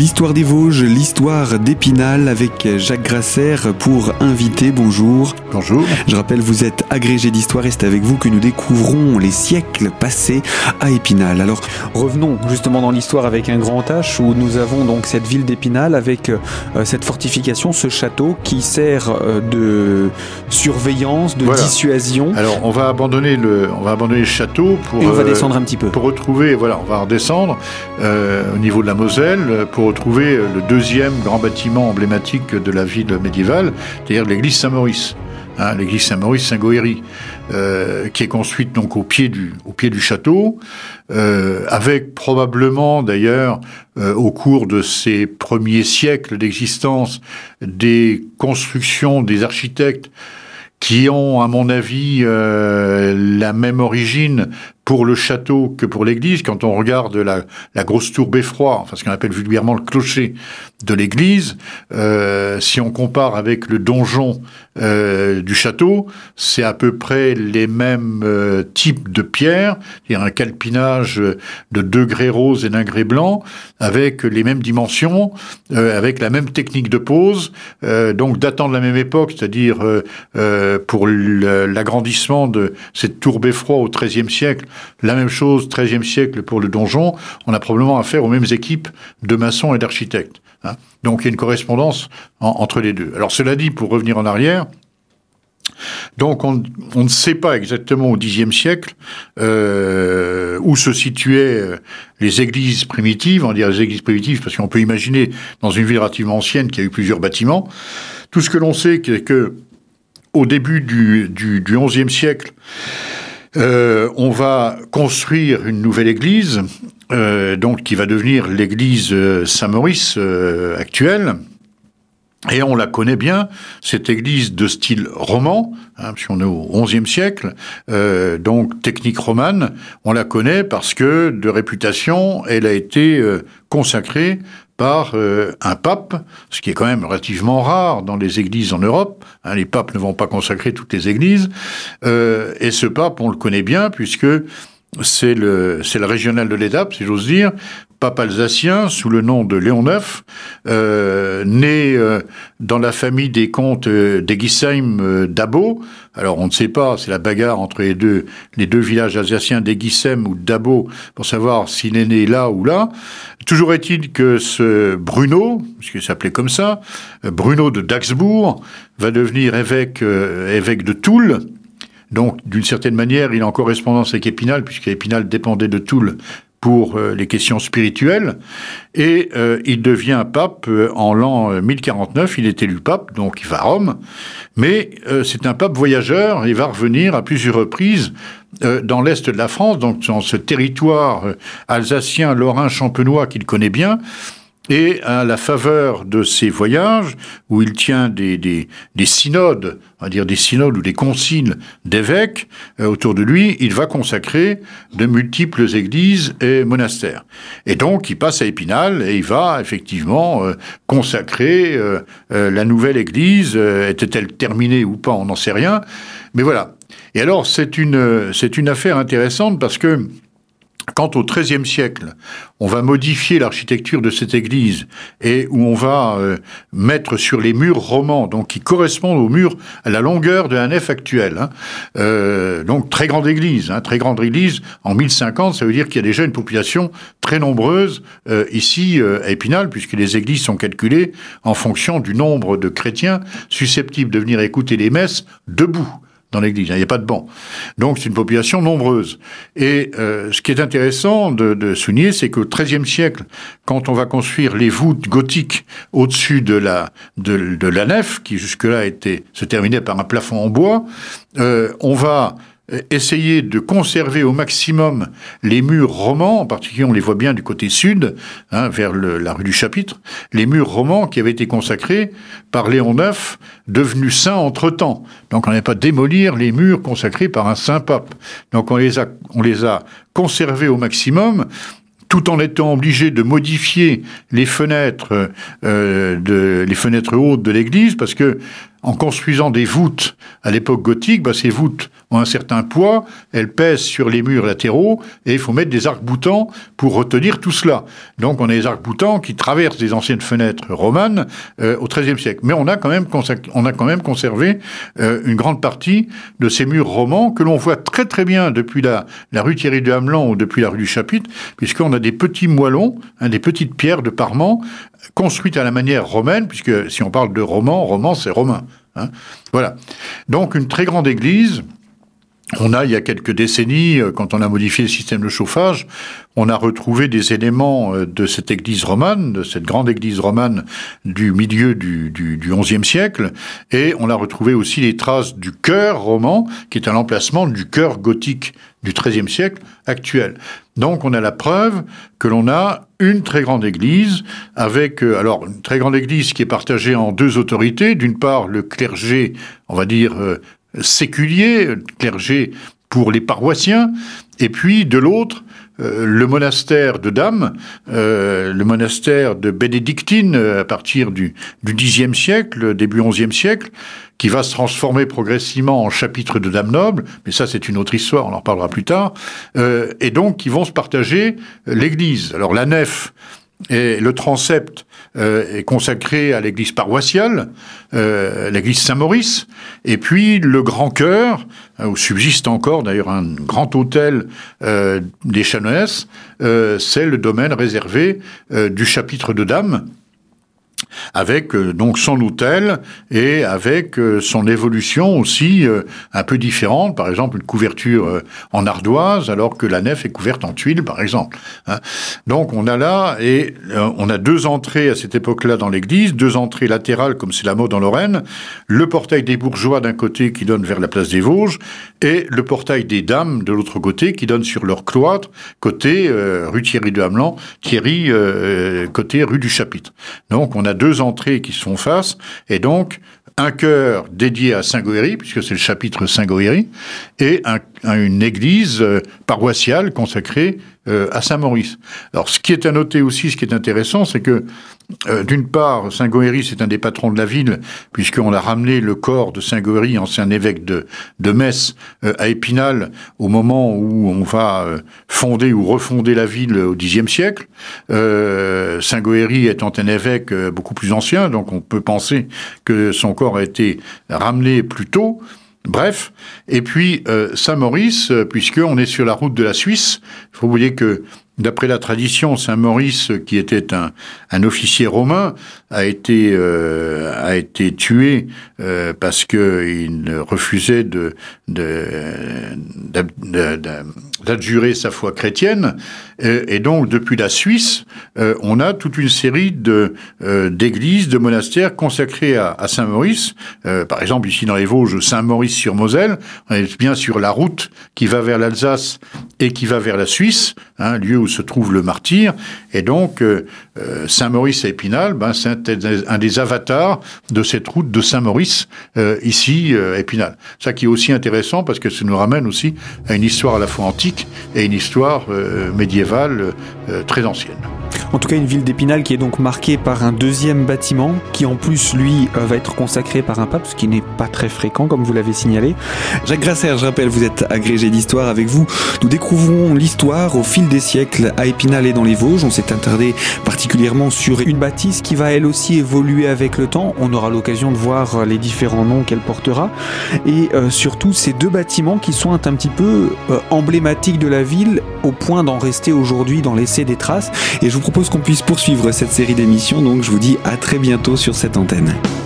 L'histoire des Vosges, l'histoire d'Épinal avec Jacques Grasser pour invité. Bonjour. Bonjour. Je rappelle, vous êtes agrégé d'histoire et c'est avec vous que nous découvrons les siècles passés à Épinal. Alors, revenons justement dans l'histoire avec un grand H où nous avons donc cette ville d'Épinal avec cette fortification, ce château qui sert de surveillance, de dissuasion. Alors, on va abandonner le château pour. Et on va descendre un petit peu. Pour retrouver, on va redescendre au niveau de la Moselle pour retrouver le deuxième grand bâtiment emblématique de la ville médiévale, c'est-à-dire l'église Saint-Maurice. L'église Saint-Maurice Saint-Goëri, qui est construite donc au pied du château, avec probablement d'ailleurs au cours de ces premiers siècles d'existence des constructions des architectes qui ont, à mon avis, la même origine pour le château que pour l'église. Quand on regarde la grosse tour beffroi, enfin ce qu'on appelle vulgairement le clocher de l'église, si on compare avec le donjon du château, c'est à peu près les mêmes types de pierres, c'est-à-dire un calpinage de 2 grès roses et d'un grès blanc, avec les mêmes dimensions, avec la même technique de pose, donc datant de la même époque, c'est-à-dire pour l'agrandissement de cette tour beffroi au XIIIe siècle, la même chose, XIIIe siècle pour le donjon, on a probablement affaire aux mêmes équipes de maçons et d'architectes. Donc il y a une correspondance entre les deux. Alors cela dit, pour revenir en arrière, donc on ne sait pas exactement au Xe siècle où se situaient les églises primitives. On va dire les églises primitives parce qu'on peut imaginer dans une ville relativement ancienne qu'il y a eu plusieurs bâtiments. Tout ce que l'on sait, c'est que au début du XIe siècle, on va construire une nouvelle église, donc qui va devenir l'église Saint-Maurice actuelle. Et on la connaît bien, cette église de style roman, puisqu'on est au XIe siècle, donc technique romane. On la connaît parce que, de réputation, elle a été consacrée par un pape, ce qui est quand même relativement rare dans les églises en Europe. Les papes ne vont pas consacrer toutes les églises. Et ce pape, on le connaît bien, puisque c'est le régional de l'Étape, si j'ose dire, pape alsacien sous le nom de Léon IX, né dans la famille des comtes d'Egisheim d'Abo. Alors on ne sait pas, c'est la bagarre entre les deux villages alsaciens d'Egisheim ou d'Abo pour savoir s'il est né là ou là. Toujours est-il que ce Bruno, puisqu'il s'appelait comme ça, Bruno de Daxbourg, va devenir évêque de Toul. Donc, d'une certaine manière, il est en correspondance avec Épinal, puisqu'Épinal dépendait de Toul pour les questions spirituelles. Et il devient pape en l'an 1049. Il est élu pape, donc il va à Rome. Mais c'est un pape voyageur. Il va revenir à plusieurs reprises dans l'est de la France, donc dans ce territoire alsacien, lorrain, champenois qu'il connaît bien. Et à la faveur de ces voyages, où il tient des synodes, on va dire des synodes ou des conciles d'évêques autour de lui, il va consacrer de multiples églises et monastères. Et donc, il passe à Épinal et il va effectivement consacrer la nouvelle église. Était-elle terminée ou pas, on n'en sait rien. Mais voilà. Et alors, c'est une affaire intéressante parce que quand au XIIIe siècle, on va modifier l'architecture de cette église et où on va mettre sur les murs romans, donc qui correspondent aux murs à la longueur de la nef actuelle, donc très grande église, en 1050, ça veut dire qu'il y a déjà une population très nombreuse ici à Épinal, puisque les églises sont calculées en fonction du nombre de chrétiens susceptibles de venir écouter les messes debout dans l'église, il n'y a pas de banc. Donc c'est une population nombreuse. Et ce qui est intéressant de souligner, c'est qu'au XIIIe siècle, quand on va construire les voûtes gothiques au-dessus de la nef, qui jusque-là se terminait par un plafond en bois, on va essayer de conserver au maximum les murs romans, en particulier on les voit bien du côté sud, vers la rue du Chapitre, les murs romans qui avaient été consacrés par Léon IX, devenu saint entre-temps. Donc on n'allait pas démolir les murs consacrés par un saint pape. Donc on les a conservés au maximum, tout en étant obligé de modifier les fenêtres hautes de l'église, parce que en construisant des voûtes à l'époque gothique, ces voûtes ont un certain poids, elles pèsent sur les murs latéraux, et il faut mettre des arcs-boutants pour retenir tout cela. Donc on a des arcs-boutants qui traversent des anciennes fenêtres romanes au XIIIe siècle. Mais on a quand même conservé une grande partie de ces murs romans que l'on voit très très bien depuis la rue Thierry de Hamelin ou depuis la rue du Chapitre, puisqu'on a des petits moellons, des petites pierres de parement construites à la manière romaine, puisque si on parle de roman c'est romain. Voilà. Donc une très grande église. On a, il y a quelques décennies, quand on a modifié le système de chauffage, on a retrouvé des éléments de cette église romane, de cette grande église romane du milieu du XIe siècle, et on a retrouvé aussi les traces du chœur roman, qui est un emplacement du chœur gothique du XIIIe siècle actuel. Donc on a la preuve que l'on a une très grande église, avec une très grande église qui est partagée en deux autorités. D'une part, le clergé, on va dire, séculier, clergé pour les paroissiens, et puis de l'autre, le monastère de Dames, le monastère de bénédictines à partir du Xe siècle, début XIe siècle, qui va se transformer progressivement en chapitre de Dames nobles, mais ça c'est une autre histoire, on en reparlera plus tard, et donc qui vont se partager l'église. Alors la nef et le transept est consacré à l'église paroissiale, l'église Saint-Maurice, et puis le grand chœur, où subsiste encore d'ailleurs un grand hôtel des Chanoines, c'est le domaine réservé du chapitre de Dames, avec donc son autel et avec son évolution aussi un peu différente, par exemple une couverture en ardoise alors que la nef est couverte en tuiles par exemple. Donc on a là, et on a deux entrées à cette époque-là dans l'église, deux entrées latérales comme c'est la mode en Lorraine, le portail des bourgeois d'un côté qui donne vers la place des Vosges et le portail des dames de l'autre côté qui donne sur leur cloître côté rue Thierry de Hamelin, côté rue du Chapitre. Donc on a deux entrées qui se font face, et donc un chœur dédié à Saint-Goëry, puisque c'est le chapitre Saint-Goëry, et une église paroissiale consacrée à Saint-Maurice. Alors, ce qui est à noter aussi, ce qui est intéressant, c'est que, d'une part, Saint-Goëry, c'est un des patrons de la ville, puisqu'on a ramené le corps de Saint-Goëry, ancien évêque de Metz, à Épinal, au moment où on va fonder ou refonder la ville au Xe siècle. Saint-Goëry étant un évêque beaucoup plus ancien, donc on peut penser que son corps a été ramené plus tôt. Bref, et puis Saint-Maurice, puisqu'on est sur la route de la Suisse, il faut oublier que d'après la tradition, Saint-Maurice, qui était un officier romain, a été tué parce qu'il refusait d'adjurer sa foi chrétienne. Et donc, depuis la Suisse, on a toute une série d'églises, de monastères consacrés à Saint-Maurice. Par exemple, ici dans les Vosges, Saint-Maurice-sur-Moselle, on est bien sur la route qui va vers l'Alsace et qui va vers la Suisse, lieu où se trouve le martyr. Et donc, Saint-Maurice à Épinal, c'est un des avatars de cette route de Saint-Maurice, ici, à Épinal. Ça qui est aussi intéressant parce que ça nous ramène aussi à une histoire à la fois antique et une histoire médiévale très ancienne. En tout cas, une ville d'Épinal qui est donc marquée par un deuxième bâtiment qui, en plus, lui, va être consacré par un pape, ce qui n'est pas très fréquent, comme vous l'avez signalé. Jacques Grasser, je rappelle, vous êtes agrégé d'histoire. Avec vous, nous découvrons l'histoire au fil des siècles à Épinal et dans les Vosges. On s'est attardé particulièrement sur une bâtisse qui va, elle aussi, évoluer avec le temps. On aura l'occasion de voir les différents noms qu'elle portera. Et surtout, ces deux bâtiments qui sont un petit peu emblématiques de la ville, au point d'en rester aujourd'hui, d'en laisser des traces. Et je vous propose qu'on puisse poursuivre cette série d'émissions, donc je vous dis à très bientôt sur cette antenne.